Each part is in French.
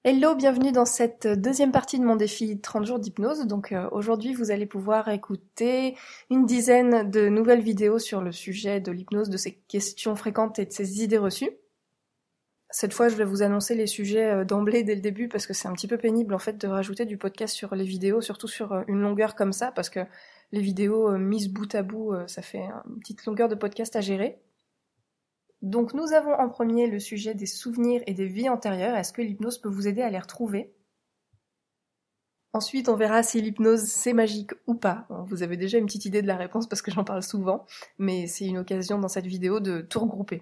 Hello, bienvenue dans cette deuxième partie de mon défi 30 jours d'hypnose. Donc aujourd'hui, vous allez pouvoir écouter une dizaine de nouvelles vidéos sur le sujet de l'hypnose, de ses questions fréquentes et de ses idées reçues. Cette fois, je vais vous annoncer les sujets d'emblée dès le début parce que c'est un petit peu pénible en fait de rajouter du podcast sur les vidéos, surtout sur une longueur comme ça, parce que les vidéos mises bout à bout, ça fait une petite longueur de podcast à gérer. Donc nous avons en premier le sujet des souvenirs et des vies antérieures. Est-ce que l'hypnose peut vous aider à les retrouver ? Ensuite, on verra si l'hypnose c'est magique ou pas. Bon, vous avez déjà une petite idée de la réponse parce que j'en parle souvent, mais c'est une occasion dans cette vidéo de tout regrouper.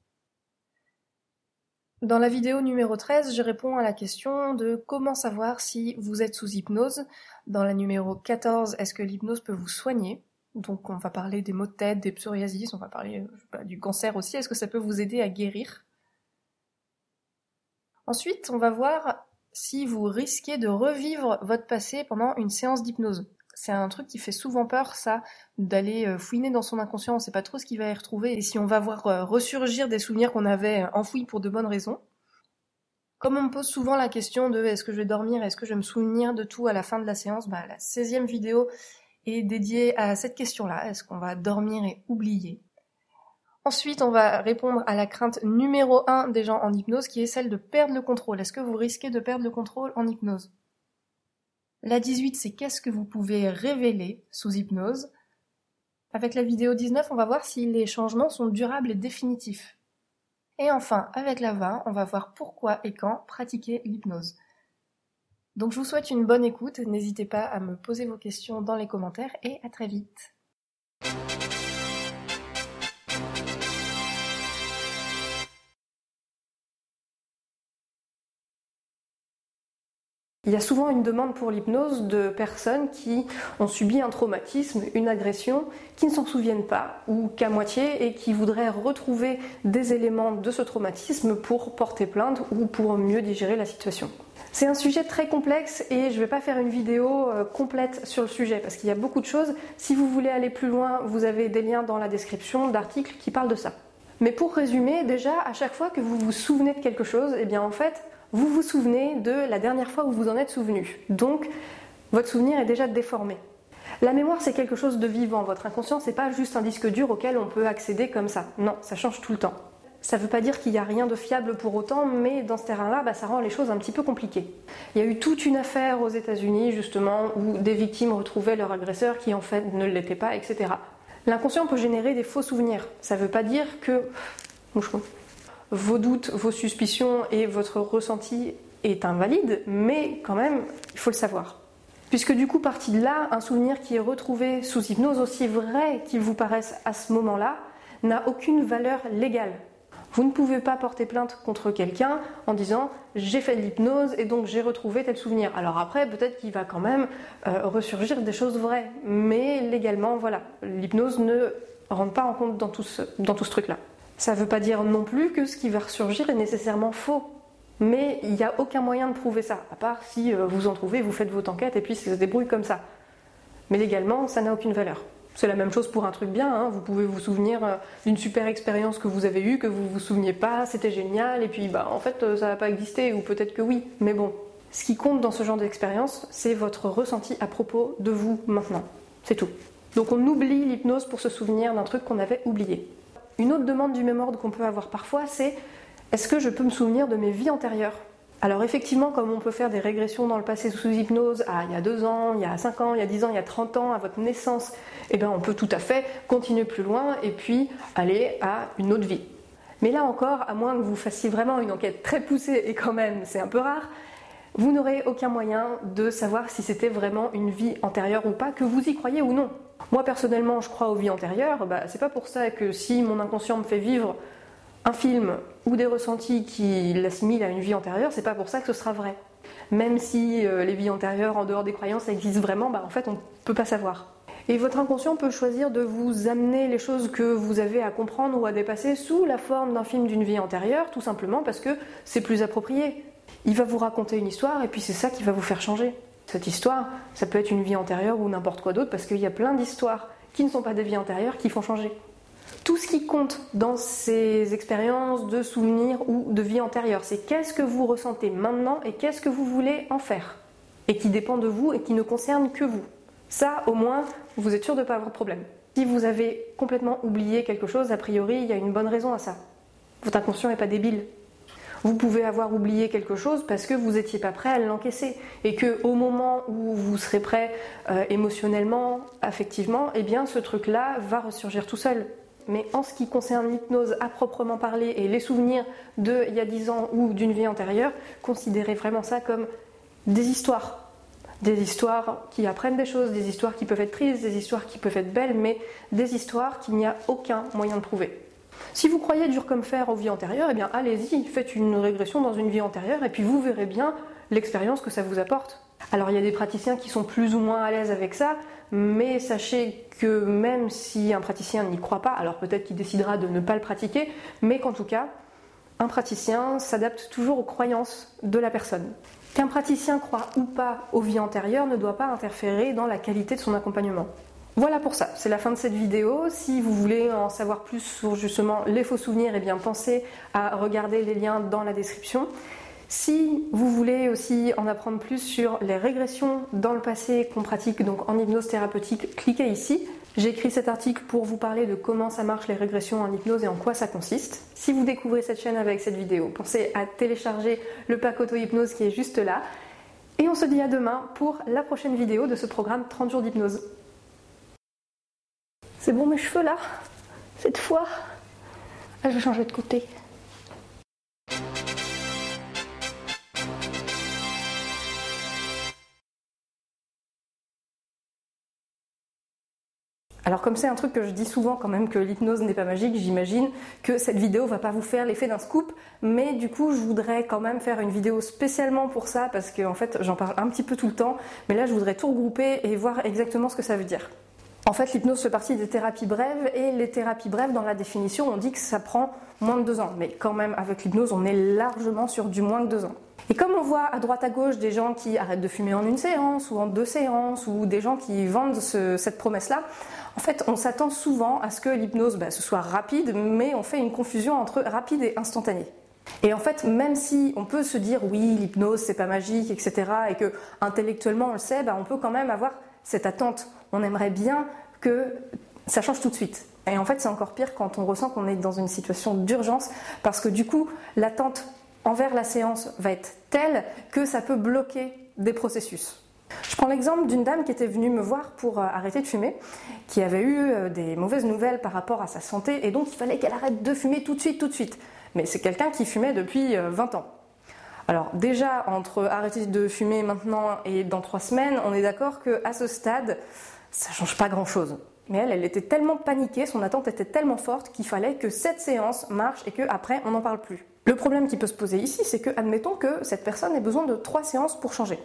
Dans la vidéo numéro 13, je réponds à la question de comment savoir si vous êtes sous hypnose. Dans la numéro 14, est-ce que l'hypnose peut vous soigner ? Donc on va parler des maux de tête, des psoriasis, on va parler du cancer aussi. Est-ce que ça peut vous aider à guérir ? Ensuite, on va voir si vous risquez de revivre votre passé pendant une séance d'hypnose. C'est un truc qui fait souvent peur, ça, d'aller fouiner dans son inconscient, on ne sait pas trop ce qu'il va y retrouver, et si on va voir ressurgir des souvenirs qu'on avait enfouis pour de bonnes raisons. Comme on me pose souvent la question de est-ce que je vais dormir, est-ce que je vais me souvenir de tout à la fin de la séance, la 16e vidéo est dédiée à cette question-là, est-ce qu'on va dormir et oublier ? Ensuite, on va répondre à la crainte numéro 1 des gens en hypnose, qui est celle de perdre le contrôle. Est-ce que vous risquez de perdre le contrôle en hypnose ? La 18, c'est qu'est-ce que vous pouvez révéler sous hypnose ? Avec la vidéo 19, on va voir si les changements sont durables et définitifs. Et enfin, avec la 20, on va voir pourquoi et quand pratiquer l'hypnose. Donc je vous souhaite une bonne écoute, n'hésitez pas à me poser vos questions dans les commentaires et à très vite. Il y a souvent une demande pour l'hypnose de personnes qui ont subi un traumatisme, une agression, qui ne s'en souviennent pas ou qu'à moitié et qui voudraient retrouver des éléments de ce traumatisme pour porter plainte ou pour mieux digérer la situation. C'est un sujet très complexe et je ne vais pas faire une vidéo complète sur le sujet parce qu'il y a beaucoup de choses. Si vous voulez aller plus loin, vous avez des liens dans la description d'articles qui parlent de ça. Mais pour résumer, déjà, à chaque fois que vous vous souvenez de quelque chose, eh bien en fait, vous vous souvenez de la dernière fois où vous en êtes souvenu. Donc, votre souvenir est déjà déformé. La mémoire, c'est quelque chose de vivant. Votre inconscient, c'est pas juste un disque dur auquel on peut accéder comme ça. Non, ça change tout le temps. Ça ne veut pas dire qu'il n'y a rien de fiable pour autant, mais dans ce terrain-là, ça rend les choses un petit peu compliquées. Il y a eu toute une affaire aux États-Unis, justement, où des victimes retrouvaient leur agresseur qui, en fait, ne l'était pas, etc. L'inconscient peut générer des faux souvenirs. Ça ne veut pas dire que vos doutes, vos suspicions et votre ressenti est invalide, mais quand même, il faut le savoir. Puisque du coup, parti de là, un souvenir qui est retrouvé sous hypnose, aussi vrai qu'il vous paraisse à ce moment-là, n'a aucune valeur légale. Vous ne pouvez pas porter plainte contre quelqu'un en disant « j'ai fait de l'hypnose et donc j'ai retrouvé tel souvenir ». Alors après, peut-être qu'il va quand même ressurgir des choses vraies, mais légalement, voilà, l'hypnose ne rentre pas en compte dans tout ce truc-là. Ça ne veut pas dire non plus que ce qui va ressurgir est nécessairement faux. Mais il n'y a aucun moyen de prouver ça, à part si vous en trouvez, vous faites votre enquête et puis ça se débrouille comme ça. Mais légalement, ça n'a aucune valeur. C'est la même chose pour un truc bien, hein. Vous pouvez vous souvenir d'une super expérience que vous avez eue, que vous ne vous souveniez pas, c'était génial, et puis en fait ça n'a pas existé, ou peut-être que oui, mais bon. Ce qui compte dans ce genre d'expérience, c'est votre ressenti à propos de vous maintenant. C'est tout. Donc on oublie l'hypnose pour se souvenir d'un truc qu'on avait oublié. Une autre demande du même ordre qu'on peut avoir parfois, c'est est-ce que je peux me souvenir de mes vies antérieures ? Alors effectivement, comme on peut faire des régressions dans le passé sous hypnose à il y a 2 ans, il y a 5 ans, il y a 10 ans, il y a 30 ans, à votre naissance, on peut tout à fait continuer plus loin et puis aller à une autre vie. Mais là encore, à moins que vous fassiez vraiment une enquête très poussée, et quand même c'est un peu rare, vous n'aurez aucun moyen de savoir si c'était vraiment une vie antérieure ou pas, que vous y croyez ou non. Moi personnellement, je crois aux vies antérieures, c'est pas pour ça que si mon inconscient me fait vivre un film ou des ressentis qui l'assimilent à une vie antérieure, c'est pas pour ça que ce sera vrai. Même si les vies antérieures, en dehors des croyances, existent vraiment, en fait, on ne peut pas savoir. Et votre inconscient peut choisir de vous amener les choses que vous avez à comprendre ou à dépasser sous la forme d'un film d'une vie antérieure, tout simplement parce que c'est plus approprié. Il va vous raconter une histoire et puis c'est ça qui va vous faire changer. Cette histoire, ça peut être une vie antérieure ou n'importe quoi d'autre parce qu'il y a plein d'histoires qui ne sont pas des vies antérieures qui font changer. Tout ce qui compte dans ces expériences de souvenirs ou de vie antérieure, c'est qu'est-ce que vous ressentez maintenant et qu'est-ce que vous voulez en faire. Et qui dépend de vous et qui ne concerne que vous. Ça, au moins, vous êtes sûr de ne pas avoir de problème. Si vous avez complètement oublié quelque chose, a priori, il y a une bonne raison à ça. Votre inconscient n'est pas débile. Vous pouvez avoir oublié quelque chose parce que vous n'étiez pas prêt à l'encaisser. Et qu'au moment où vous serez prêt émotionnellement, affectivement, eh bien ce truc-là va ressurgir tout seul. Mais en ce qui concerne l'hypnose à proprement parler et les souvenirs d'il y a 10 ans ou d'une vie antérieure, considérez vraiment ça comme des histoires. Des histoires qui apprennent des choses, des histoires qui peuvent être tristes, des histoires qui peuvent être belles, mais des histoires qu'il n'y a aucun moyen de prouver. Si vous croyez dur comme fer aux vies antérieures, eh bien allez-y, faites une régression dans une vie antérieure et puis vous verrez bien l'expérience que ça vous apporte. Alors il y a des praticiens qui sont plus ou moins à l'aise avec ça, mais sachez que même si un praticien n'y croit pas, alors peut-être qu'il décidera de ne pas le pratiquer, mais qu'en tout cas, un praticien s'adapte toujours aux croyances de la personne. Qu'un praticien croit ou pas aux vies antérieures ne doit pas interférer dans la qualité de son accompagnement. Voilà pour ça, c'est la fin de cette vidéo. Si vous voulez en savoir plus sur justement les faux souvenirs, eh bien pensez à regarder les liens dans la description. Si vous voulez aussi en apprendre plus sur les régressions dans le passé qu'on pratique donc en hypnose thérapeutique, cliquez ici. J'ai écrit cet article pour vous parler de comment ça marche les régressions en hypnose et en quoi ça consiste. Si vous découvrez cette chaîne avec cette vidéo, pensez à télécharger le pack auto-hypnose qui est juste là. Et on se dit à demain pour la prochaine vidéo de ce programme 30 jours d'hypnose. C'est bon mes cheveux là? Cette fois? Ah, je vais changer de côté. Alors comme c'est un truc que je dis souvent quand même que l'hypnose n'est pas magique, j'imagine que cette vidéo va pas vous faire l'effet d'un scoop, mais du coup je voudrais quand même faire une vidéo spécialement pour ça parce que en fait j'en parle un petit peu tout le temps, mais là je voudrais tout regrouper et voir exactement ce que ça veut dire. En fait l'hypnose fait partie des thérapies brèves et les thérapies brèves dans la définition on dit que ça prend moins de 2 ans, mais quand même avec l'hypnose on est largement sur du moins de 2 ans. Et comme on voit à droite à gauche des gens qui arrêtent de fumer en une séance ou en 2 séances ou des gens qui vendent cette promesse-là, en fait, on s'attend souvent à ce que l'hypnose ce soit rapide, mais on fait une confusion entre rapide et instantané. Et en fait, même si on peut se dire oui, l'hypnose c'est pas magique, etc., et que intellectuellement on le sait, on peut quand même avoir cette attente. On aimerait bien que ça change tout de suite. Et en fait, c'est encore pire quand on ressent qu'on est dans une situation d'urgence, parce que du coup, l'attente envers la séance va être telle que ça peut bloquer des processus. Je prends l'exemple d'une dame qui était venue me voir pour arrêter de fumer, qui avait eu des mauvaises nouvelles par rapport à sa santé et donc il fallait qu'elle arrête de fumer tout de suite. Mais c'est quelqu'un qui fumait depuis 20 ans. Alors déjà, entre arrêter de fumer maintenant et dans 3 semaines, on est d'accord qu'à ce stade, ça ne change pas grand-chose. Mais elle était tellement paniquée, son attente était tellement forte qu'il fallait que cette séance marche et qu'après on n'en parle plus. Le problème qui peut se poser ici, c'est que, admettons que cette personne ait besoin de 3 séances pour changer.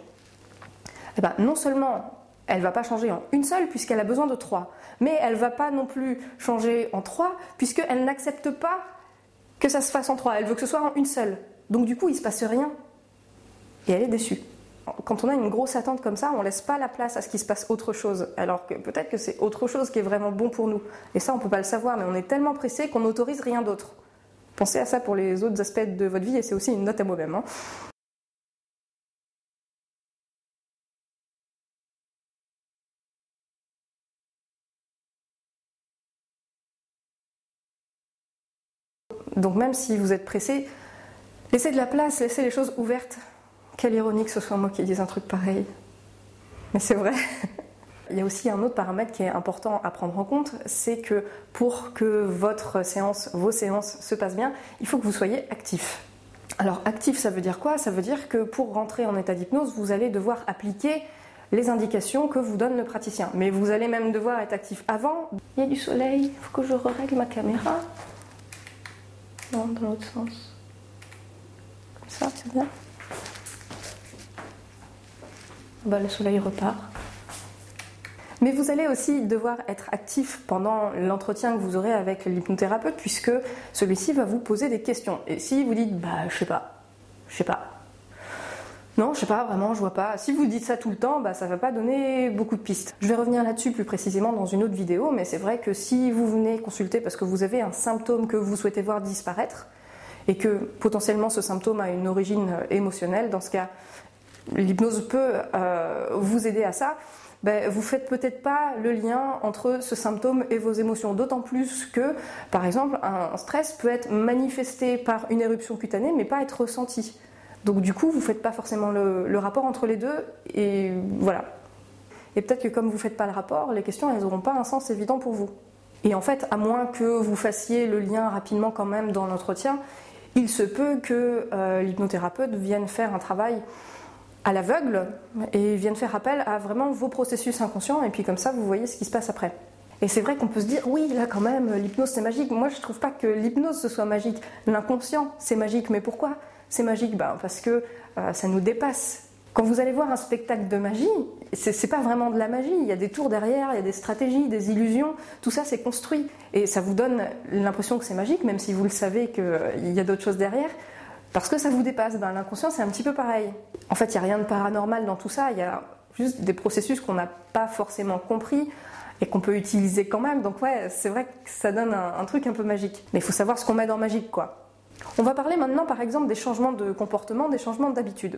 Non seulement elle ne va pas changer en une seule puisqu'elle a besoin de 3, mais elle ne va pas non plus changer en 3 puisqu'elle n'accepte pas que ça se fasse en 3, elle veut que ce soit en une seule. Donc du coup il ne se passe rien et elle est déçue. Quand on a une grosse attente comme ça, on ne laisse pas la place à ce qu'il se passe autre chose, alors que peut-être que c'est autre chose qui est vraiment bon pour nous. Et ça on ne peut pas le savoir, mais on est tellement pressé qu'on n'autorise rien d'autre. Pensez à ça pour les autres aspects de votre vie et c'est aussi une note à moi-même. Donc même si vous êtes pressé, laissez de la place, laissez les choses ouvertes. Quelle ironie que ce soit moi qui dise un truc pareil. Mais c'est vrai. Il y a aussi un autre paramètre qui est important à prendre en compte, c'est que pour que vos séances se passent bien, il faut que vous soyez actif. Alors actif, ça veut dire quoi? Ça veut dire que pour rentrer en état d'hypnose, vous allez devoir appliquer les indications que vous donne le praticien. Mais vous allez même devoir être actif avant. Il y a du soleil, il faut que je règle ma caméra. Non, dans l'autre sens. Comme ça, c'est bien. Le soleil repart. Mais vous allez aussi devoir être actif pendant l'entretien que vous aurez avec l'hypnothérapeute puisque celui-ci va vous poser des questions. Et si vous dites, je sais pas. Non, je sais pas, vraiment, je vois pas. Si vous dites ça tout le temps, ça va pas donner beaucoup de pistes. Je vais revenir là-dessus plus précisément dans une autre vidéo, mais c'est vrai que si vous venez consulter parce que vous avez un symptôme que vous souhaitez voir disparaître, et que potentiellement ce symptôme a une origine émotionnelle, dans ce cas, l'hypnose peut vous aider à ça, vous faites peut-être pas le lien entre ce symptôme et vos émotions, d'autant plus que, par exemple, un stress peut être manifesté par une éruption cutanée, mais pas être ressenti. Donc du coup, vous faites pas forcément le rapport entre les deux, et voilà. Et peut-être que comme vous faites pas le rapport, les questions, elles n'auront pas un sens évident pour vous. Et en fait, à moins que vous fassiez le lien rapidement quand même dans l'entretien, il se peut que l'hypnothérapeute vienne faire un travail à l'aveugle et vienne faire appel à vraiment vos processus inconscients, et puis comme ça vous voyez ce qui se passe après. Et c'est vrai qu'on peut se dire oui là quand même l'hypnose c'est magique. Moi je trouve pas que l'hypnose ce soit magique, l'inconscient c'est magique. Mais pourquoi c'est magique? Parce que ça nous dépasse. Quand vous allez voir un spectacle de magie, c'est pas vraiment de la magie, il y a des tours derrière, il y a des stratégies, des illusions, tout ça c'est construit. Et ça vous donne l'impression que c'est magique, même si vous le savez qu'il y a d'autres choses derrière, parce que ça vous dépasse. L'inconscient c'est un petit peu pareil. En fait il n'y a rien de paranormal dans tout ça, il y a juste des processus qu'on n'a pas forcément compris et qu'on peut utiliser quand même. Donc ouais, c'est vrai que ça donne un truc un peu magique. Mais il faut savoir ce qu'on met dans magique quoi. On va parler maintenant par exemple des changements de comportement, des changements d'habitude.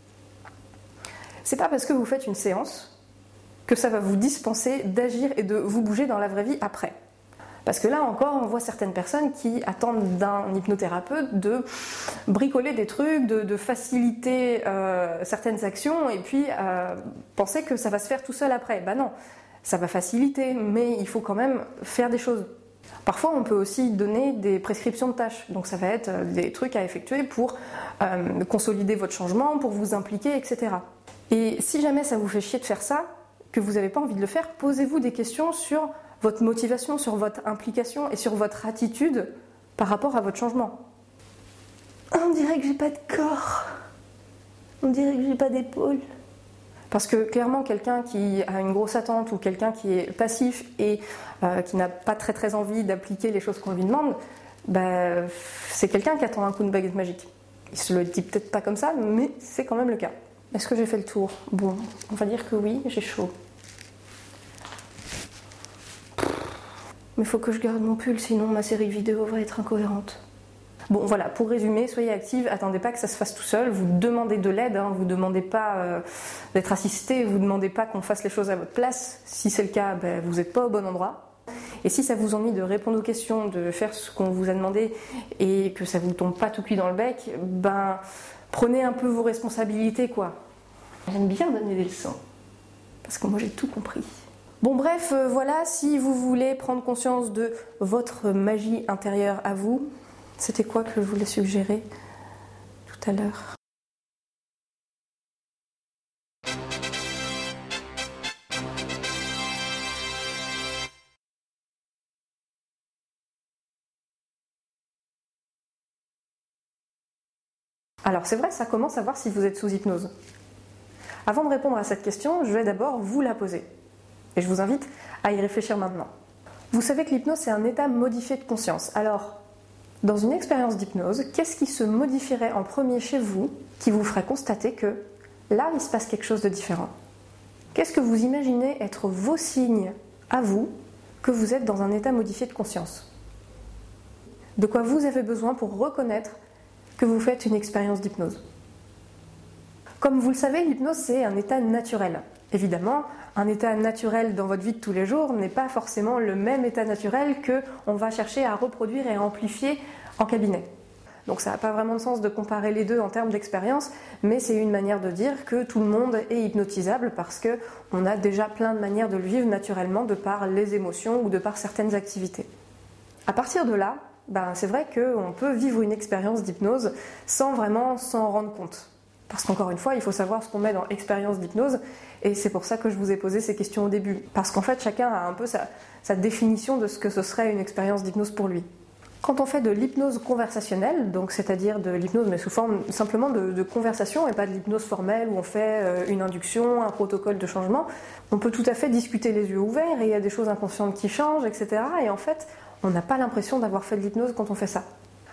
C'est pas parce que vous faites une séance que ça va vous dispenser d'agir et de vous bouger dans la vraie vie après. Parce que là encore, on voit certaines personnes qui attendent d'un hypnothérapeute de bricoler des trucs, de faciliter certaines actions et puis penser que ça va se faire tout seul après. Non, ça va faciliter, mais il faut quand même faire des choses. Parfois, on peut aussi donner des prescriptions de tâches. Donc ça va être des trucs à effectuer pour consolider votre changement, pour vous impliquer, etc. Et si jamais ça vous fait chier de faire ça, que vous n'avez pas envie de le faire, posez-vous des questions sur votre motivation, sur votre implication et sur votre attitude par rapport à votre changement. On dirait que j'ai pas de corps. On dirait que j'ai pas d'épaule. Parce que clairement, quelqu'un qui a une grosse attente ou quelqu'un qui est passif et qui n'a pas très très envie d'appliquer les choses qu'on lui demande, c'est quelqu'un qui attend un coup de baguette magique. Il se le dit peut-être pas comme ça, mais c'est quand même le cas. Est-ce que j'ai fait le tour? Bon, on va dire que oui, j'ai chaud. Mais il faut que je garde mon pull, sinon ma série vidéo va être incohérente. Bon voilà, pour résumer, soyez active, attendez pas que ça se fasse tout seul, vous demandez de l'aide, vous ne demandez pas d'être assisté, vous ne demandez pas qu'on fasse les choses à votre place. Si c'est le cas, vous n'êtes pas au bon endroit. Et si ça vous ennuie de répondre aux questions, de faire ce qu'on vous a demandé et que ça vous tombe pas tout cuit dans le bec, prenez un peu vos responsabilités quoi. J'aime bien donner des leçons, parce que moi j'ai tout compris. Bon bref, voilà, si vous voulez prendre conscience de votre magie intérieure à vous, c'était quoi que je voulais suggérer tout à l'heure? Alors c'est vrai, ça commence à voir si vous êtes sous hypnose. Avant de répondre à cette question, je vais d'abord vous la poser. Et je vous invite à y réfléchir maintenant. Vous savez que l'hypnose, c'est un état modifié de conscience. Alors, dans une expérience d'hypnose, qu'est-ce qui se modifierait en premier chez vous qui vous ferait constater que là, il se passe quelque chose de différent? Qu'est-ce que vous imaginez être vos signes à vous que vous êtes dans un état modifié de conscience? De quoi vous avez besoin pour reconnaître que vous faites une expérience d'hypnose? Comme vous le savez, l'hypnose, c'est un état naturel. Évidemment, un état naturel dans votre vie de tous les jours n'est pas forcément le même état naturel qu'on va chercher à reproduire et à amplifier en cabinet. Donc ça n'a pas vraiment de sens de comparer les deux en termes d'expérience, mais c'est une manière de dire que tout le monde est hypnotisable parce qu'on a déjà plein de manières de le vivre naturellement de par les émotions ou de par certaines activités. À partir de là, c'est vrai qu'on peut vivre une expérience d'hypnose sans vraiment s'en rendre compte. Parce qu'encore une fois, il faut savoir ce qu'on met dans expérience d'hypnose, et c'est pour ça que je vous ai posé ces questions au début. Parce qu'en fait, chacun a un peu sa définition de ce que ce serait une expérience d'hypnose pour lui. Quand on fait de l'hypnose conversationnelle, donc c'est-à-dire de l'hypnose mais sous forme simplement de conversation et pas de l'hypnose formelle où on fait une induction, un protocole de changement, on peut tout à fait discuter les yeux ouverts et il y a des choses inconscientes qui changent, etc. Et en fait, on n'a pas l'impression d'avoir fait de l'hypnose quand on fait ça.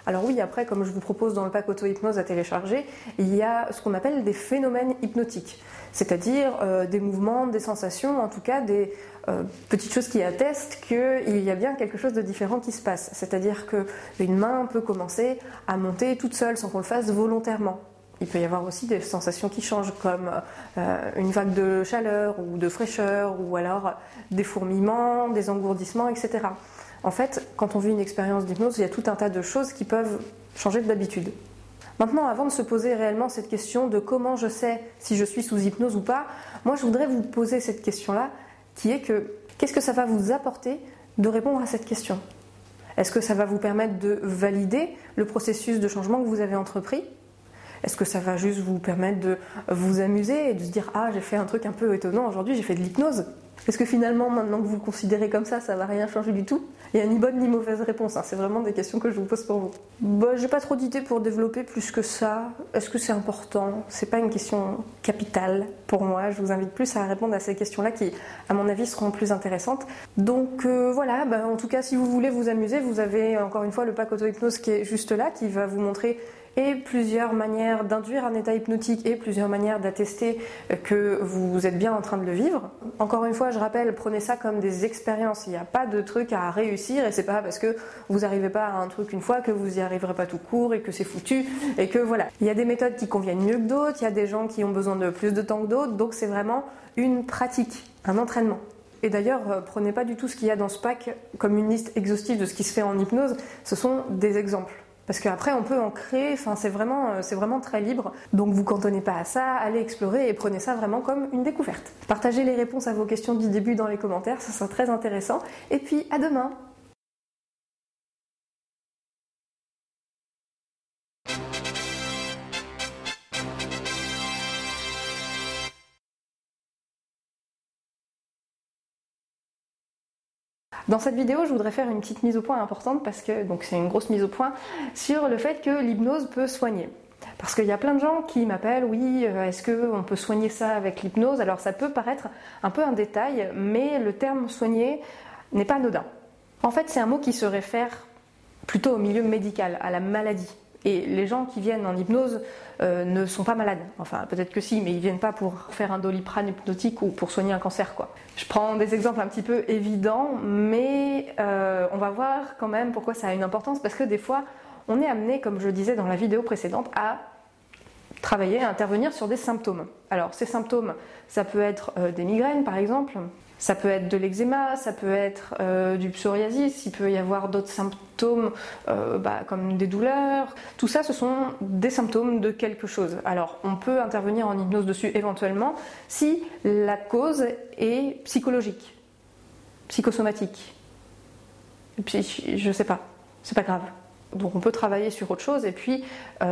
Alors oui, après, comme je vous propose dans le pack auto-hypnose à télécharger, il y a ce qu'on appelle des phénomènes hypnotiques, c'est-à-dire des mouvements, des sensations, en tout cas des petites choses qui attestent qu'il y a bien quelque chose de différent qui se passe. C'est-à-dire qu'une main peut commencer à monter toute seule sans qu'on le fasse volontairement. Il peut y avoir aussi des sensations qui changent, comme une vague de chaleur ou de fraîcheur, ou alors des fourmillements, des engourdissements, etc. En fait, quand on vit une expérience d'hypnose, il y a tout un tas de choses qui peuvent changer d'habitude. Maintenant, avant de se poser réellement cette question de comment je sais si je suis sous hypnose ou pas, moi je voudrais vous poser cette question-là, qui est que qu'est-ce que ça va vous apporter de répondre à cette question ? Est-ce que ça va vous permettre de valider le processus de changement que vous avez entrepris ? Est-ce que ça va juste vous permettre de vous amuser et de se dire « Ah, j'ai fait un truc un peu étonnant aujourd'hui, j'ai fait de l'hypnose ». Est-ce que finalement, maintenant que vous le considérez comme ça va rien changer du tout ? Il n'y a ni bonne ni mauvaise réponse, c'est vraiment des questions que je vous pose pour vous. J'ai pas trop d'idées pour développer plus que ça. Est-ce que c'est important ? C'est pas une question capitale pour moi. Je vous invite plus à répondre à ces questions-là qui, à mon avis, seront plus intéressantes. Donc voilà, en tout cas, si vous voulez vous amuser, vous avez encore une fois le pack auto-hypnose qui est juste là, qui va vous montrer et plusieurs manières d'induire un état hypnotique et plusieurs manières d'attester que vous êtes bien en train de le vivre. Encore une fois, je rappelle, prenez ça comme des expériences. Il n'y a pas de truc à réussir et c'est pas parce que vous n'arrivez pas à un truc une fois que vous n'y arriverez pas tout court et que c'est foutu et que voilà. Il y a des méthodes qui conviennent mieux que d'autres, il y a des gens qui ont besoin de plus de temps que d'autres, donc c'est vraiment une pratique, un entraînement. Et d'ailleurs, prenez pas du tout ce qu'il y a dans ce pack comme une liste exhaustive de ce qui se fait en hypnose, ce sont des exemples. Parce qu'après on peut en créer, c'est vraiment très libre. Donc vous cantonnez pas à ça, allez explorer et prenez ça vraiment comme une découverte. Partagez les réponses à vos questions du début dans les commentaires, ça sera très intéressant. Et puis à demain! Dans cette vidéo, je voudrais faire une petite mise au point importante parce que c'est une grosse mise au point sur le fait que l'hypnose peut soigner. Parce qu'il y a plein de gens qui m'appellent, oui, est-ce qu'on peut soigner ça avec l'hypnose ? Alors ça peut paraître un peu un détail, mais le terme soigner n'est pas anodin. En fait, c'est un mot qui se réfère plutôt au milieu médical, à la maladie. Et les gens qui viennent en hypnose ne sont pas malades. Enfin, peut-être que si, mais ils viennent pas pour faire un Doliprane hypnotique ou pour soigner un cancer, quoi. Je prends des exemples un petit peu évidents, mais on va voir quand même pourquoi ça a une importance, parce que des fois, on est amené, comme je le disais dans la vidéo précédente, à travailler, à intervenir sur des symptômes. Alors, ces symptômes, ça peut être des migraines, par exemple. Ça peut être de l'eczéma, ça peut être du psoriasis, il peut y avoir d'autres symptômes comme des douleurs. Tout ça, ce sont des symptômes de quelque chose. Alors, on peut intervenir en hypnose dessus éventuellement si la cause est psychologique, psychosomatique. Et puis, je sais pas, c'est pas grave. Donc on peut travailler sur autre chose et puis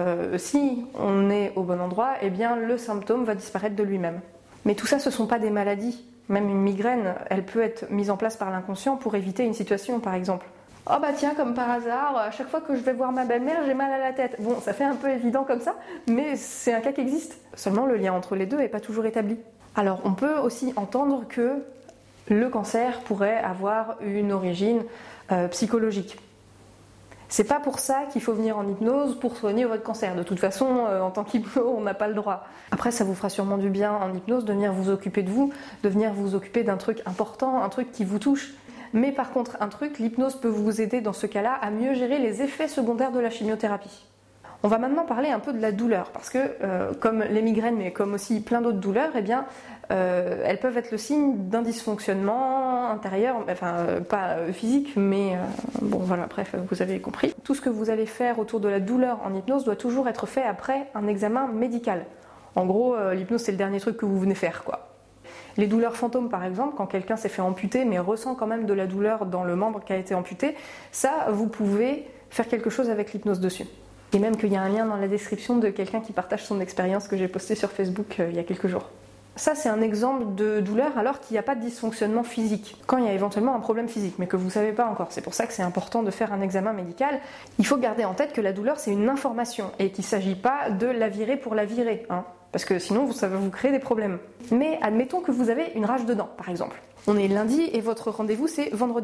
si on est au bon endroit, eh bien le symptôme va disparaître de lui-même. Mais tout ça, ce ne sont pas des maladies. Même une migraine, elle peut être mise en place par l'inconscient pour éviter une situation, par exemple. Oh bah tiens, comme par hasard, à chaque fois que je vais voir ma belle-mère, j'ai mal à la tête. Bon, ça fait un peu évident comme ça, mais c'est un cas qui existe. Seulement, le lien entre les deux n'est pas toujours établi. Alors, on peut aussi entendre que le cancer pourrait avoir une origine psychologique. C'est pas pour ça qu'il faut venir en hypnose pour soigner votre cancer. De toute façon, en tant qu'hypno, on n'a pas le droit. Après, ça vous fera sûrement du bien en hypnose de venir vous occuper de vous, de venir vous occuper d'un truc important, un truc qui vous touche. Mais par contre, l'hypnose peut vous aider dans ce cas-là à mieux gérer les effets secondaires de la chimiothérapie. On va maintenant parler un peu de la douleur, parce que comme les migraines, mais comme aussi plein d'autres douleurs, eh bien, elles peuvent être le signe d'un dysfonctionnement intérieur, enfin pas physique, mais bon voilà, bref, vous avez compris. Tout ce que vous allez faire autour de la douleur en hypnose doit toujours être fait après un examen médical. En gros, l'hypnose c'est le dernier truc que vous venez faire, quoi. Les douleurs fantômes, par exemple, quand quelqu'un s'est fait amputer mais ressent quand même de la douleur dans le membre qui a été amputé, ça, vous pouvez faire quelque chose avec l'hypnose dessus. Et même qu'il y a un lien dans la description de quelqu'un qui partage son expérience que j'ai posté sur Facebook il y a quelques jours. Ça, c'est un exemple de douleur alors qu'il n'y a pas de dysfonctionnement physique. Quand il y a éventuellement un problème physique, mais que vous ne savez pas encore. C'est pour ça que c'est important de faire un examen médical. Il faut garder en tête que la douleur, c'est une information et qu'il ne s'agit pas de la virer pour la virer. Parce que sinon, ça va vous créer des problèmes. Mais admettons que vous avez une rage de dents, par exemple. On est lundi et votre rendez-vous, c'est vendredi.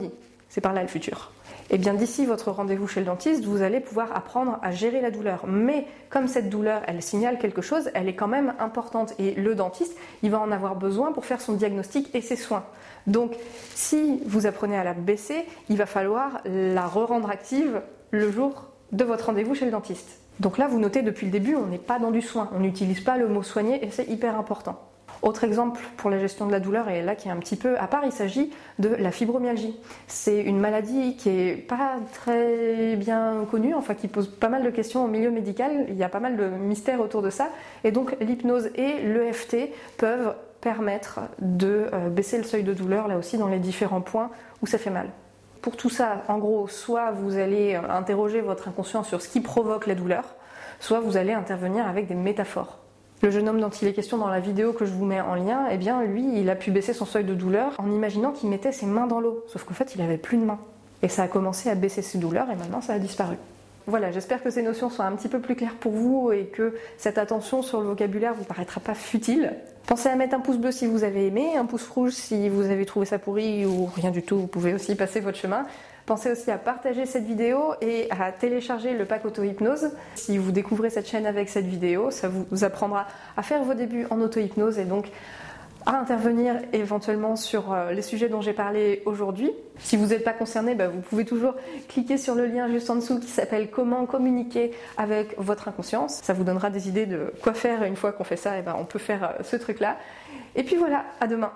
c'est par là le futur. Et bien d'ici votre rendez-vous chez le dentiste, vous allez pouvoir apprendre à gérer la douleur. Mais comme cette douleur, elle signale quelque chose, elle est quand même importante. Et le dentiste, il va en avoir besoin pour faire son diagnostic et ses soins. Donc si vous apprenez à la baisser, il va falloir la re-rendre active le jour de votre rendez-vous chez le dentiste. Donc là, vous notez depuis le début, on n'est pas dans du soin. On n'utilise pas le mot soigner et c'est hyper important. Autre exemple pour la gestion de la douleur, et là qui est un petit peu à part, il s'agit de la fibromyalgie. C'est une maladie qui est pas très bien connue, enfin qui pose pas mal de questions au milieu médical, il y a pas mal de mystères autour de ça, et donc l'hypnose et l'EFT peuvent permettre de baisser le seuil de douleur, là aussi dans les différents points où ça fait mal. Pour tout ça, en gros, soit vous allez interroger votre inconscient sur ce qui provoque la douleur, soit vous allez intervenir avec des métaphores. Le jeune homme dont il est question dans la vidéo que je vous mets en lien, eh bien lui, il a pu baisser son seuil de douleur en imaginant qu'il mettait ses mains dans l'eau. Sauf qu'en fait, il n'avait plus de mains. Et ça a commencé à baisser ses douleurs et maintenant ça a disparu. Voilà, j'espère que ces notions sont un petit peu plus claires pour vous et que cette attention sur le vocabulaire vous paraîtra pas futile. Pensez à mettre un pouce bleu si vous avez aimé, un pouce rouge si vous avez trouvé ça pourri ou rien du tout, vous pouvez aussi passer votre chemin. Pensez aussi à partager cette vidéo et à télécharger le pack auto-hypnose. Si vous découvrez cette chaîne avec cette vidéo, ça vous apprendra à faire vos débuts en auto-hypnose et donc à intervenir éventuellement sur les sujets dont j'ai parlé aujourd'hui. Si vous n'êtes pas concerné, vous pouvez toujours cliquer sur le lien juste en dessous qui s'appelle Comment communiquer avec votre inconscience. Ça vous donnera des idées de quoi faire et une fois qu'on fait ça, on peut faire ce truc-là. Et puis voilà, à demain.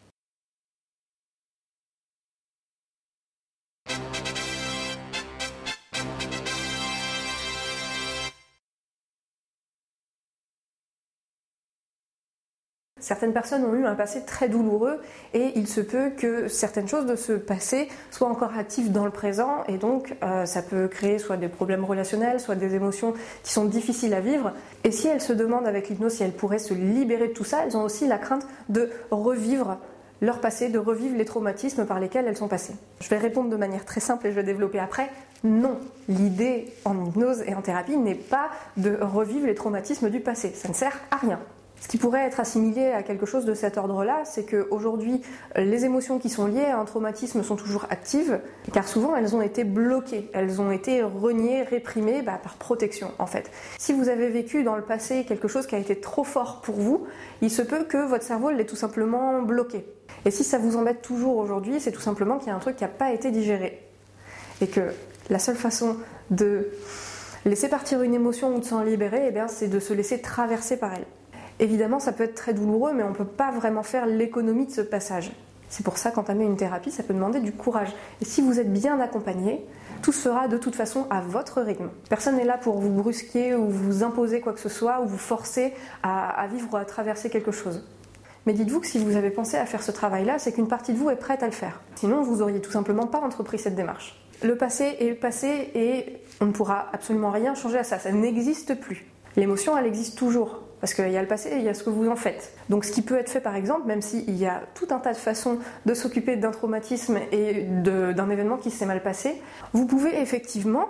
Certaines personnes ont eu un passé très douloureux et il se peut que certaines choses de ce passé soient encore actives dans le présent et donc ça peut créer soit des problèmes relationnels, soit des émotions qui sont difficiles à vivre. Et si elles se demandent avec l'hypnose si elles pourraient se libérer de tout ça, elles ont aussi la crainte de revivre leur passé, de revivre les traumatismes par lesquels elles sont passées. Je vais répondre de manière très simple et je vais développer après. Non, l'idée en hypnose et en thérapie n'est pas de revivre les traumatismes du passé. Ça ne sert à rien. Ce qui pourrait être assimilé à quelque chose de cet ordre-là, c'est qu'aujourd'hui, les émotions qui sont liées à un traumatisme sont toujours actives, car souvent elles ont été bloquées, elles ont été reniées, réprimées par protection en fait. Si vous avez vécu dans le passé quelque chose qui a été trop fort pour vous, il se peut que votre cerveau l'ait tout simplement bloqué. Et si ça vous embête toujours aujourd'hui, c'est tout simplement qu'il y a un truc qui n'a pas été digéré. Et que la seule façon de laisser partir une émotion ou de s'en libérer, c'est de se laisser traverser par elle. Évidemment, ça peut être très douloureux, mais on ne peut pas vraiment faire l'économie de ce passage. C'est pour ça qu'entamer une thérapie, ça peut demander du courage. Et si vous êtes bien accompagné, tout se fera de toute façon à votre rythme. Personne n'est là pour vous brusquer ou vous imposer quoi que ce soit ou vous forcer à vivre ou à traverser quelque chose. Mais dites-vous que si vous avez pensé à faire ce travail-là, c'est qu'une partie de vous est prête à le faire. Sinon, vous n'auriez tout simplement pas entrepris cette démarche. Le passé est passé et on ne pourra absolument rien changer à ça. Ça n'existe plus. L'émotion, elle existe toujours. Parce qu'il y a le passé et il y a ce que vous en faites. Donc ce qui peut être fait par exemple, même s'il y a tout un tas de façons de s'occuper d'un traumatisme et d'un événement qui s'est mal passé, vous pouvez effectivement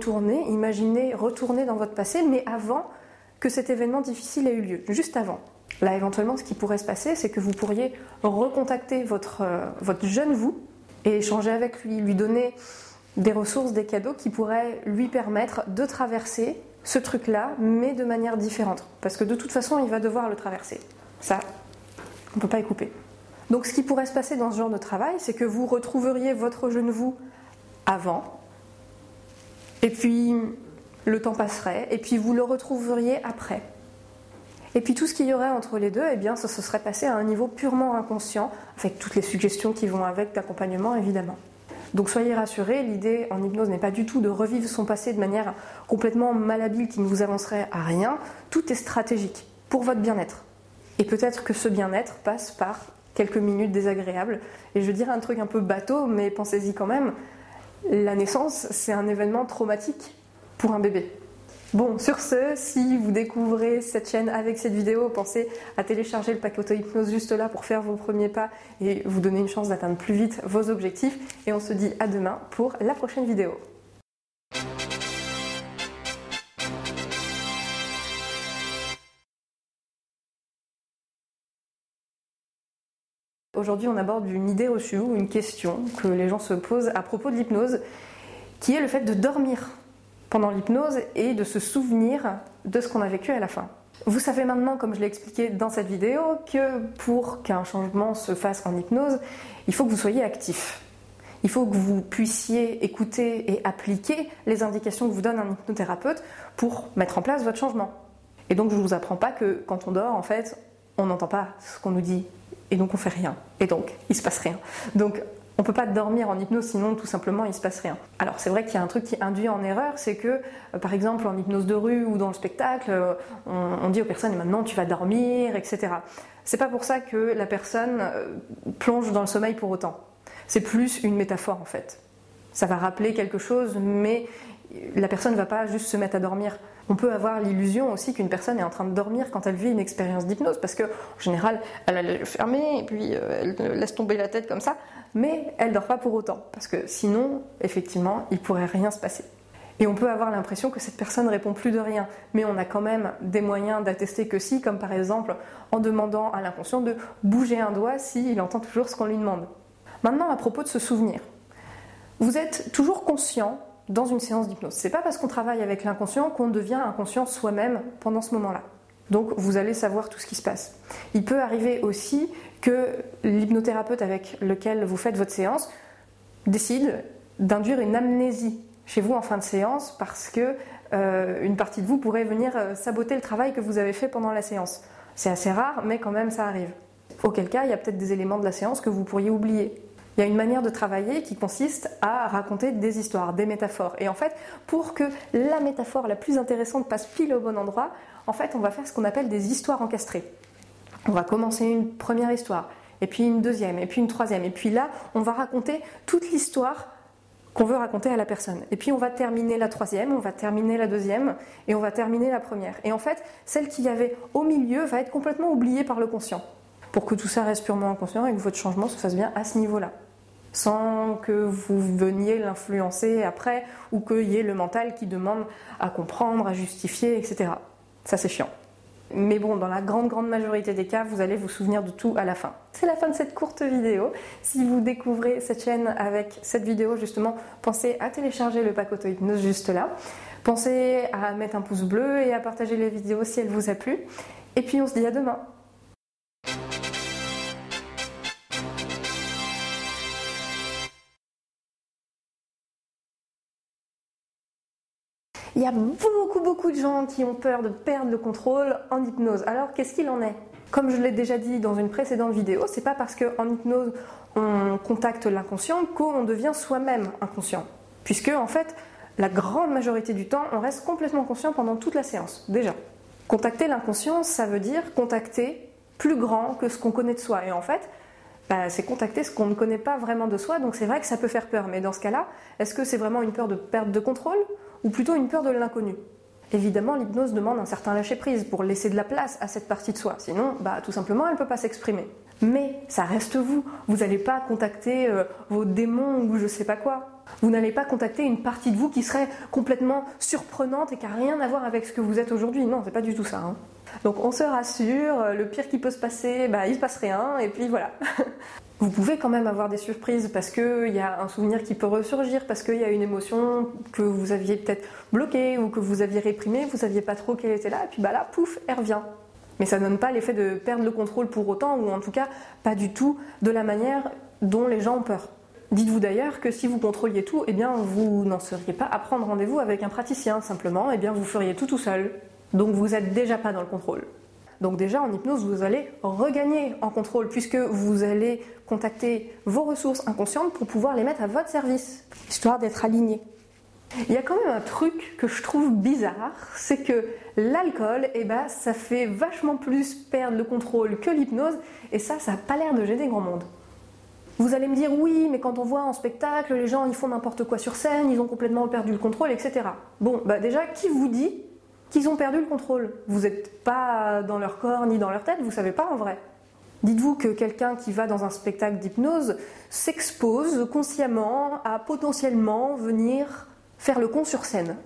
imaginer retourner dans votre passé, mais avant que cet événement difficile ait eu lieu, juste avant. Là éventuellement ce qui pourrait se passer, c'est que vous pourriez recontacter votre jeune vous et échanger avec lui, lui donner des ressources, des cadeaux qui pourraient lui permettre de traverser ce truc-là, mais de manière différente. Parce que de toute façon, il va devoir le traverser. Ça, on ne peut pas y couper. Donc ce qui pourrait se passer dans ce genre de travail, c'est que vous retrouveriez votre jeune vous avant, et puis le temps passerait, et puis vous le retrouveriez après. Et puis tout ce qu'il y aurait entre les deux, ça se serait passé à un niveau purement inconscient, avec toutes les suggestions qui vont avec d'accompagnement, évidemment. Donc soyez rassurés, l'idée en hypnose n'est pas du tout de revivre son passé de manière complètement malhabile qui ne vous avancerait à rien. Tout est stratégique pour votre bien-être. Et peut-être que ce bien-être passe par quelques minutes désagréables. Et je dirais un truc un peu bateau, mais pensez-y quand même. La naissance, c'est un événement traumatique pour un bébé. Bon, sur ce, si vous découvrez cette chaîne avec cette vidéo, pensez à télécharger le pack auto-hypnose juste là pour faire vos premiers pas et vous donner une chance d'atteindre plus vite vos objectifs. Et on se dit à demain pour la prochaine vidéo. Aujourd'hui, on aborde une idée reçue ou une question que les gens se posent à propos de l'hypnose, qui est le fait de dormir pendant l'hypnose et de se souvenir de ce qu'on a vécu à la fin. Vous savez maintenant, comme je l'ai expliqué dans cette vidéo, que pour qu'un changement se fasse en hypnose, il faut que vous soyez actif. Il faut que vous puissiez écouter et appliquer les indications que vous donne un hypnothérapeute pour mettre en place votre changement. Et donc je ne vous apprends pas que quand on dort, en fait, on n'entend pas ce qu'on nous dit. Et donc on fait rien. Et donc il ne se passe rien. Donc on ne peut pas dormir en hypnose, sinon tout simplement il ne se passe rien. Alors c'est vrai qu'il y a un truc qui induit en erreur, c'est que par exemple en hypnose de rue ou dans le spectacle, on dit aux personnes et maintenant tu vas dormir, etc. C'est pas pour ça que la personne plonge dans le sommeil pour autant. C'est plus une métaphore en fait. Ça va rappeler quelque chose, mais la personne ne va pas juste se mettre à dormir. On peut avoir l'illusion aussi qu'une personne est en train de dormir quand elle vit une expérience d'hypnose, parce qu'en général, elle a les yeux fermés et puis elle laisse tomber la tête comme ça, mais elle ne dort pas pour autant, parce que sinon, effectivement, il ne pourrait rien se passer. Et on peut avoir l'impression que cette personne ne répond plus de rien, mais on a quand même des moyens d'attester que si, comme par exemple en demandant à l'inconscient de bouger un doigt s'il entend toujours ce qu'on lui demande. Maintenant, à propos de se souvenir, vous êtes toujours conscient dans une séance d'hypnose. C'est pas parce qu'on travaille avec l'inconscient qu'on devient inconscient soi-même pendant ce moment-là. Donc vous allez savoir tout ce qui se passe. Il peut arriver aussi que l'hypnothérapeute avec lequel vous faites votre séance décide d'induire une amnésie chez vous en fin de séance parce que une partie de vous pourrait venir saboter le travail que vous avez fait pendant la séance. C'est assez rare, mais quand même ça arrive. Auquel cas, il y a peut-être des éléments de la séance que vous pourriez oublier. Il y a une manière de travailler qui consiste à raconter des histoires, des métaphores. Et en fait, pour que la métaphore la plus intéressante passe pile au bon endroit, en fait, on va faire ce qu'on appelle des histoires encastrées. On va commencer une première histoire, et puis une deuxième, et puis une troisième. Et puis là, on va raconter toute l'histoire qu'on veut raconter à la personne. Et puis on va terminer la troisième, on va terminer la deuxième, et on va terminer la première. Et en fait, celle qu'il y avait au milieu va être complètement oubliée par le conscient, pour que tout ça reste purement inconscient et que votre changement se fasse bien à ce niveau-là, sans que vous veniez l'influencer après ou qu'il y ait le mental qui demande à comprendre, à justifier, etc. Ça c'est chiant. Mais bon, dans la grande majorité des cas, vous allez vous souvenir de tout à la fin. C'est la fin de cette courte vidéo. Si vous découvrez cette chaîne avec cette vidéo, justement, pensez à télécharger le pack auto-hypnose juste là. Pensez à mettre un pouce bleu et à partager les vidéos si elles vous a plu. Et puis on se dit à demain. Il y a beaucoup de gens qui ont peur de perdre le contrôle en hypnose. Alors, qu'est-ce qu'il en est ? Comme je l'ai déjà dit dans une précédente vidéo, c'est pas parce qu'en hypnose, on contacte l'inconscient qu'on devient soi-même inconscient. Puisque, en fait, la grande majorité du temps, on reste complètement conscient pendant toute la séance, déjà. Contacter l'inconscient, ça veut dire contacter plus grand que ce qu'on connaît de soi. Et en fait, c'est contacter ce qu'on ne connaît pas vraiment de soi, donc c'est vrai que ça peut faire peur. Mais dans ce cas-là, est-ce que c'est vraiment une peur de perte de contrôle ou plutôt une peur de l'inconnu ? Évidemment, l'hypnose demande un certain lâcher-prise pour laisser de la place à cette partie de soi. Sinon, tout simplement, elle ne peut pas s'exprimer. Mais ça reste vous. Vous n'allez pas contacter vos démons ou je sais pas quoi. Vous n'allez pas contacter une partie de vous qui serait complètement surprenante et qui n'a rien à voir avec ce que vous êtes aujourd'hui. Non, c'est pas du tout ça. Donc on se rassure, le pire qui peut se passer, il se passe rien, et puis voilà. Vous pouvez quand même avoir des surprises parce qu'il y a un souvenir qui peut ressurgir, parce qu'il y a une émotion que vous aviez peut-être bloquée ou que vous aviez réprimée, vous ne saviez pas trop qu'elle était là, et puis là, pouf, elle revient. Mais ça ne donne pas l'effet de perdre le contrôle pour autant, ou en tout cas pas du tout de la manière dont les gens ont peur. Dites-vous d'ailleurs que si vous contrôliez tout, vous n'en seriez pas à prendre rendez-vous avec un praticien, simplement, vous feriez tout seul. Donc vous n'êtes déjà pas dans le contrôle. Donc déjà en hypnose, vous allez regagner en contrôle puisque vous allez contacter vos ressources inconscientes pour pouvoir les mettre à votre service, histoire d'être aligné. Il y a quand même un truc que je trouve bizarre, c'est que l'alcool, ça fait vachement plus perdre le contrôle que l'hypnose, et ça n'a pas l'air de gêner grand monde. Vous allez me dire oui, mais quand on voit en spectacle, les gens ils font n'importe quoi sur scène, ils ont complètement perdu le contrôle, etc. Bon, déjà, qui vous dit qu'ils ont perdu le contrôle? Vous n'êtes pas dans leur corps ni dans leur tête, vous ne savez pas en vrai. Dites-vous que quelqu'un qui va dans un spectacle d'hypnose s'expose consciemment à potentiellement venir faire le con sur scène.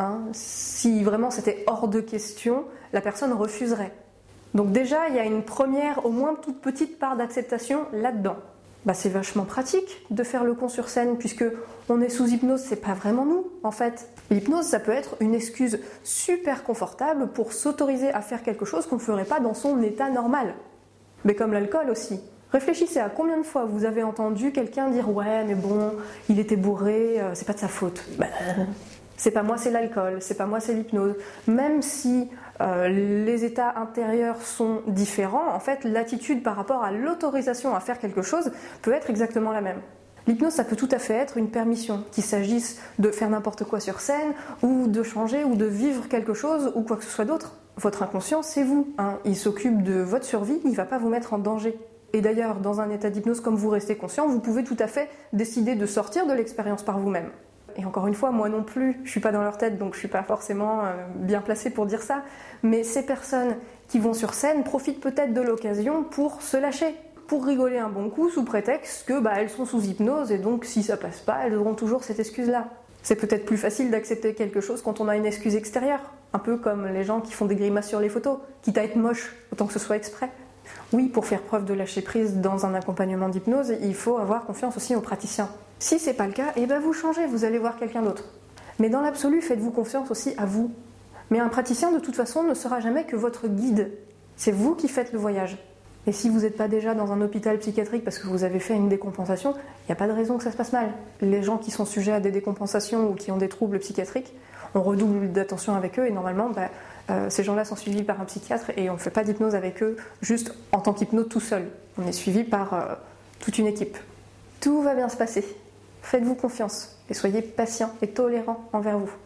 Si vraiment c'était hors de question, la personne refuserait. Donc déjà, il y a une première, au moins toute petite part d'acceptation là-dedans. c'est vachement pratique de faire le con sur scène puisque on est sous hypnose, c'est pas vraiment nous en fait. L'hypnose, ça peut être une excuse super confortable pour s'autoriser à faire quelque chose qu'on ne ferait pas dans son état normal. Mais comme l'alcool aussi. Réfléchissez à combien de fois vous avez entendu quelqu'un dire « Ouais, mais bon, il était bourré, c'est pas de sa faute. » C'est pas moi, c'est l'alcool, c'est pas moi, c'est l'hypnose. Même si les états intérieurs sont différents, en fait, l'attitude par rapport à l'autorisation à faire quelque chose peut être exactement la même. L'hypnose, ça peut tout à fait être une permission, qu'il s'agisse de faire n'importe quoi sur scène, ou de changer, ou de vivre quelque chose, ou quoi que ce soit d'autre. Votre inconscient, c'est vous. Il s'occupe de votre survie, il ne va pas vous mettre en danger. Et d'ailleurs, dans un état d'hypnose, comme vous restez conscient, vous pouvez tout à fait décider de sortir de l'expérience par vous-même. Et encore une fois, moi non plus, je ne suis pas dans leur tête, donc je ne suis pas forcément bien placée pour dire ça. Mais ces personnes qui vont sur scène profitent peut-être de l'occasion pour se lâcher, pour rigoler un bon coup sous prétexte que elles sont sous hypnose et donc si ça passe pas, elles auront toujours cette excuse-là. C'est peut-être plus facile d'accepter quelque chose quand on a une excuse extérieure, un peu comme les gens qui font des grimaces sur les photos, quitte à être moche, autant que ce soit exprès. Oui, pour faire preuve de lâcher prise dans un accompagnement d'hypnose, il faut avoir confiance aussi aux praticiens. Si c'est pas le cas, vous changez, vous allez voir quelqu'un d'autre. Mais dans l'absolu, faites-vous confiance aussi à vous. Mais un praticien, de toute façon, ne sera jamais que votre guide. C'est vous qui faites le voyage. Et si vous n'êtes pas déjà dans un hôpital psychiatrique parce que vous avez fait une décompensation, il n'y a pas de raison que ça se passe mal. Les gens qui sont sujets à des décompensations ou qui ont des troubles psychiatriques, on redouble d'attention avec eux et normalement, ces gens-là sont suivis par un psychiatre et on ne fait pas d'hypnose avec eux juste en tant qu'hypnose tout seul. On est suivi par toute une équipe. Tout va bien se passer. Faites-vous confiance et soyez patient et tolérant envers vous.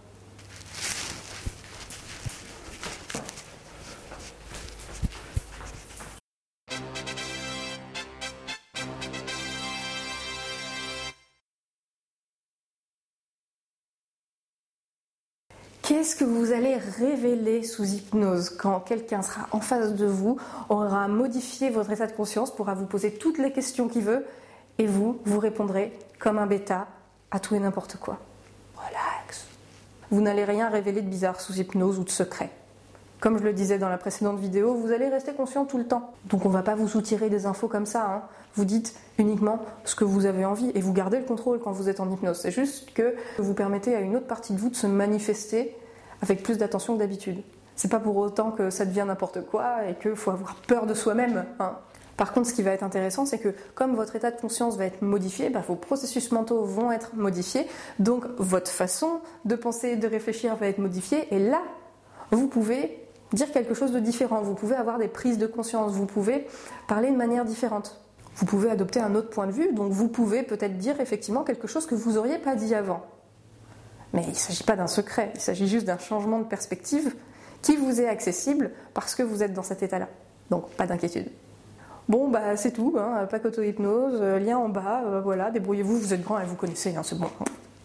Qu'est-ce que vous allez révéler sous hypnose quand quelqu'un sera en face de vous, aura modifié votre état de conscience, pourra vous poser toutes les questions qu'il veut et vous répondrez comme un bêta à tout et n'importe quoi. Relax. Vous n'allez rien révéler de bizarre sous hypnose ou de secret. Comme je le disais dans la précédente vidéo, vous allez rester conscient tout le temps. Donc on ne va pas vous soutirer des infos comme ça. Vous dites uniquement ce que vous avez envie et vous gardez le contrôle quand vous êtes en hypnose. C'est juste que vous permettez à une autre partie de vous de se manifester avec plus d'attention que d'habitude. C'est pas pour autant que ça devient n'importe quoi et qu'il faut avoir peur de soi-même. Par contre, ce qui va être intéressant, c'est que comme votre état de conscience va être modifié, vos processus mentaux vont être modifiés, donc votre façon de penser et de réfléchir va être modifiée et là, vous pouvez dire quelque chose de différent, vous pouvez avoir des prises de conscience, vous pouvez parler de manière différente. Vous pouvez adopter un autre point de vue, donc vous pouvez peut-être dire effectivement quelque chose que vous n'auriez pas dit avant. Mais il ne s'agit pas d'un secret, il s'agit juste d'un changement de perspective qui vous est accessible parce que vous êtes dans cet état-là. Donc pas d'inquiétude. Bon, c'est tout, pas qu'auto-hypnose, lien en bas, voilà, débrouillez-vous, vous êtes grand et vous connaissez, c'est bon.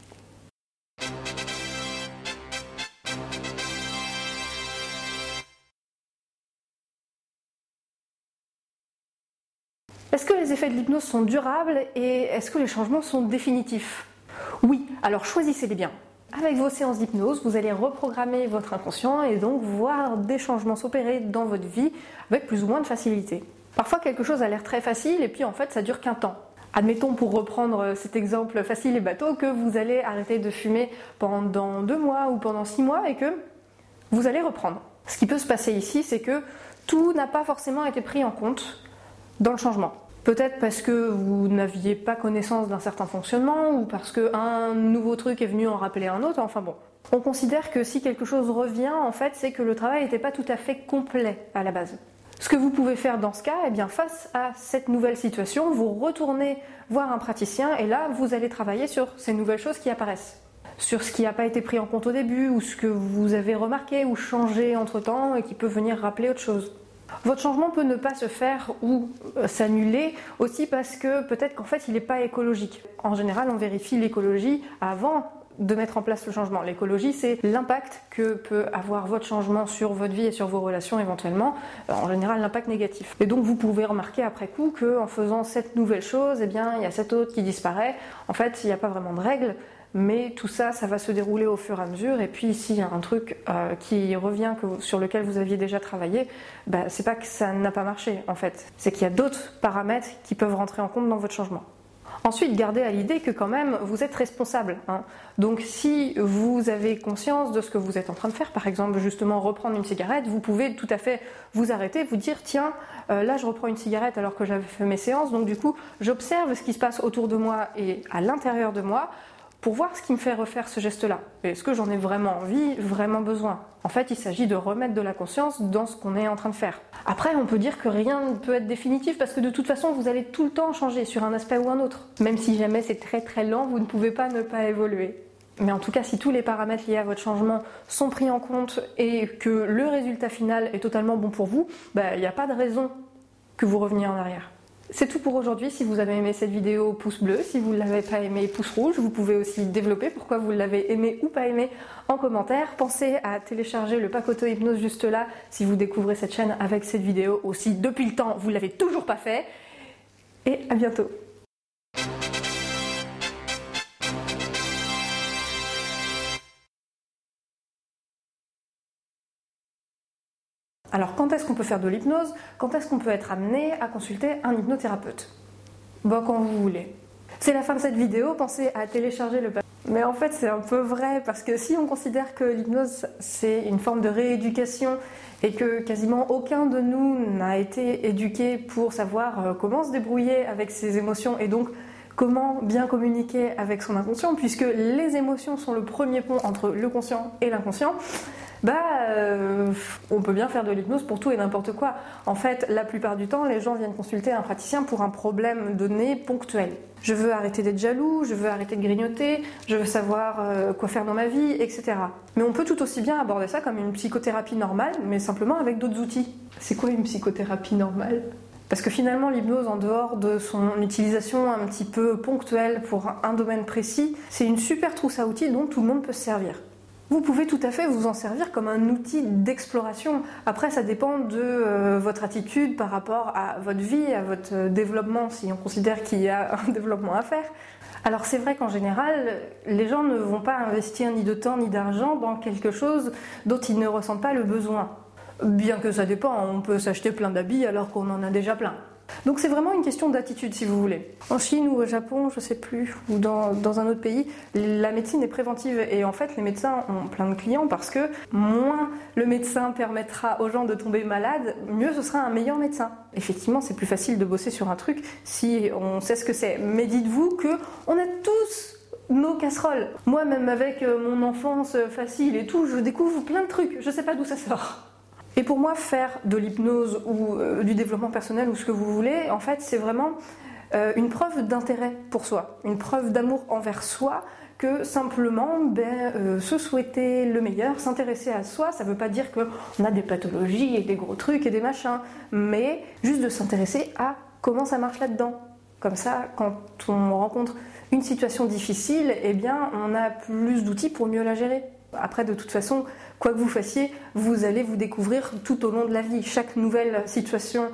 Est-ce que les effets de l'hypnose sont durables et est-ce que les changements sont définitifs ? Oui, alors choisissez-les bien. Avec vos séances d'hypnose, vous allez reprogrammer votre inconscient et donc voir des changements s'opérer dans votre vie avec plus ou moins de facilité. Parfois, quelque chose a l'air très facile et puis en fait, ça dure qu'un temps. Admettons, pour reprendre cet exemple facile et bateau, que vous allez arrêter de fumer pendant 2 mois ou pendant 6 mois et que vous allez reprendre. Ce qui peut se passer ici, c'est que tout n'a pas forcément été pris en compte dans le changement. Peut-être parce que vous n'aviez pas connaissance d'un certain fonctionnement ou parce qu'un nouveau truc est venu en rappeler un autre, enfin bon. On considère que si quelque chose revient, en fait, c'est que le travail n'était pas tout à fait complet à la base. Ce que vous pouvez faire dans ce cas, face à cette nouvelle situation, vous retournez voir un praticien et là, vous allez travailler sur ces nouvelles choses qui apparaissent. Sur ce qui n'a pas été pris en compte au début ou ce que vous avez remarqué ou changé entre-temps et qui peut venir rappeler autre chose. Votre changement peut ne pas se faire ou s'annuler aussi parce que peut-être qu'en fait il n'est pas écologique. En général, on vérifie l'écologie avant de mettre en place le changement. L'écologie, c'est l'impact que peut avoir votre changement sur votre vie et sur vos relations éventuellement, en général l'impact négatif. Et donc vous pouvez remarquer après coup qu'en faisant cette nouvelle chose, il y a cette autre qui disparaît. En fait, il n'y a pas vraiment de règle, mais tout ça, ça va se dérouler au fur et à mesure. Et puis s'il y a un truc qui revient sur lequel vous aviez déjà travaillé, c'est pas que ça n'a pas marché en fait, c'est qu'il y a d'autres paramètres qui peuvent rentrer en compte dans votre changement. Ensuite, gardez à l'idée que quand même, vous êtes responsable. Donc si vous avez conscience de ce que vous êtes en train de faire, par exemple justement reprendre une cigarette, vous pouvez tout à fait vous arrêter, vous dire tiens, là je reprends une cigarette alors que j'avais fait mes séances, donc du coup j'observe ce qui se passe autour de moi et à l'intérieur de moi pour voir ce qui me fait refaire ce geste-là. Est-ce que j'en ai vraiment envie, vraiment besoin? En fait, il s'agit de remettre de la conscience dans ce qu'on est en train de faire. Après, on peut dire que rien ne peut être définitif parce que de toute façon, vous allez tout le temps changer sur un aspect ou un autre. Même si jamais c'est très très lent, vous ne pouvez pas ne pas évoluer. Mais en tout cas, si tous les paramètres liés à votre changement sont pris en compte et que le résultat final est totalement bon pour vous, il n'y a pas de raison que vous reveniez en arrière. C'est tout pour aujourd'hui. Si vous avez aimé cette vidéo, pouce bleu. Si vous ne l'avez pas aimé, pouce rouge. Vous pouvez aussi développer pourquoi vous l'avez aimé ou pas aimé en commentaire. Pensez à télécharger le pack auto-hypnose juste là si vous découvrez cette chaîne avec cette vidéo. Aussi, depuis le temps, vous ne l'avez toujours pas fait. Et à bientôt. Alors quand est-ce qu'on peut faire de l'hypnose? Quand est-ce qu'on peut être amené à consulter un hypnothérapeute? Quand vous voulez. C'est la fin de cette vidéo, pensez à télécharger le pack. Mais en fait c'est un peu vrai parce que si on considère que l'hypnose c'est une forme de rééducation et que quasiment aucun de nous n'a été éduqué pour savoir comment se débrouiller avec ses émotions et donc comment bien communiquer avec son inconscient, puisque les émotions sont le premier pont entre le conscient et l'inconscient, on peut bien faire de l'hypnose pour tout et n'importe quoi. En fait, la plupart du temps, les gens viennent consulter un praticien pour un problème donné ponctuel. Je veux arrêter d'être jaloux, je veux arrêter de grignoter, je veux savoir quoi faire dans ma vie, etc. Mais on peut tout aussi bien aborder ça comme une psychothérapie normale, mais simplement avec d'autres outils. C'est quoi une psychothérapie normale ? Parce que finalement, l'hypnose, en dehors de son utilisation un petit peu ponctuelle pour un domaine précis, c'est une super trousse à outils dont tout le monde peut se servir. Vous pouvez tout à fait vous en servir comme un outil d'exploration. Après, ça dépend de votre attitude par rapport à votre vie, à votre développement, si on considère qu'il y a un développement à faire. Alors c'est vrai qu'en général, les gens ne vont pas investir ni de temps ni d'argent dans quelque chose dont ils ne ressentent pas le besoin. Bien que ça dépend, on peut s'acheter plein d'habits alors qu'on en a déjà plein. Donc c'est vraiment une question d'attitude si vous voulez. En Chine ou au Japon, je sais plus, ou dans un autre pays, la médecine est préventive et en fait les médecins ont plein de clients parce que moins le médecin permettra aux gens de tomber malades, mieux ce sera un meilleur médecin. Effectivement, c'est plus facile de bosser sur un truc si on sait ce que c'est. Mais dites-vous que on a tous nos casseroles. Moi, même avec mon enfance facile et tout, je découvre plein de trucs. Je sais pas d'où ça sort. Et pour moi, faire de l'hypnose ou du développement personnel ou ce que vous voulez, en fait, c'est vraiment une preuve d'intérêt pour soi, une preuve d'amour envers soi, que simplement se souhaiter le meilleur, s'intéresser à soi. Ça ne veut pas dire qu'on a des pathologies et des gros trucs et des machins, mais juste de s'intéresser à comment ça marche là-dedans. Comme ça, quand on rencontre une situation difficile, on a plus d'outils pour mieux la gérer. Après, de toute façon, quoi que vous fassiez, vous allez vous découvrir tout au long de la vie. Chaque nouvelle situation,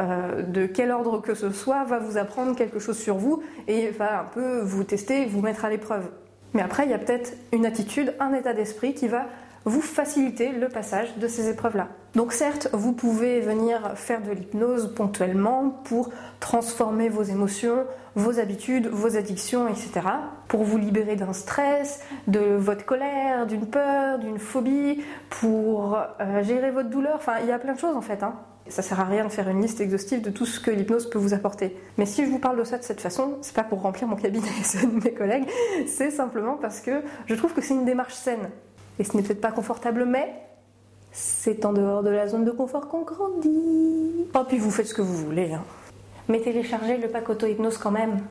de quel ordre que ce soit, va vous apprendre quelque chose sur vous et va un peu vous tester, vous mettre à l'épreuve. Mais après, il y a peut-être une attitude, un état d'esprit qui va vous faciliter le passage de ces épreuves-là. Donc certes, vous pouvez venir faire de l'hypnose ponctuellement pour transformer vos émotions, vos habitudes, vos addictions, etc. Pour vous libérer d'un stress, de votre colère, d'une peur, d'une phobie, pour gérer votre douleur. Enfin, il y a plein de choses en fait. Ça sert à rien de faire une liste exhaustive de tout ce que l'hypnose peut vous apporter. Mais si je vous parle de ça de cette façon, c'est pas pour remplir mon cabinet et ceux de mes collègues, c'est simplement parce que je trouve que c'est une démarche saine. Et ce n'est peut-être pas confortable, mais c'est en dehors de la zone de confort qu'on grandit. Oh, puis vous faites ce que vous voulez. Mais téléchargez le pack auto-hypnose quand même.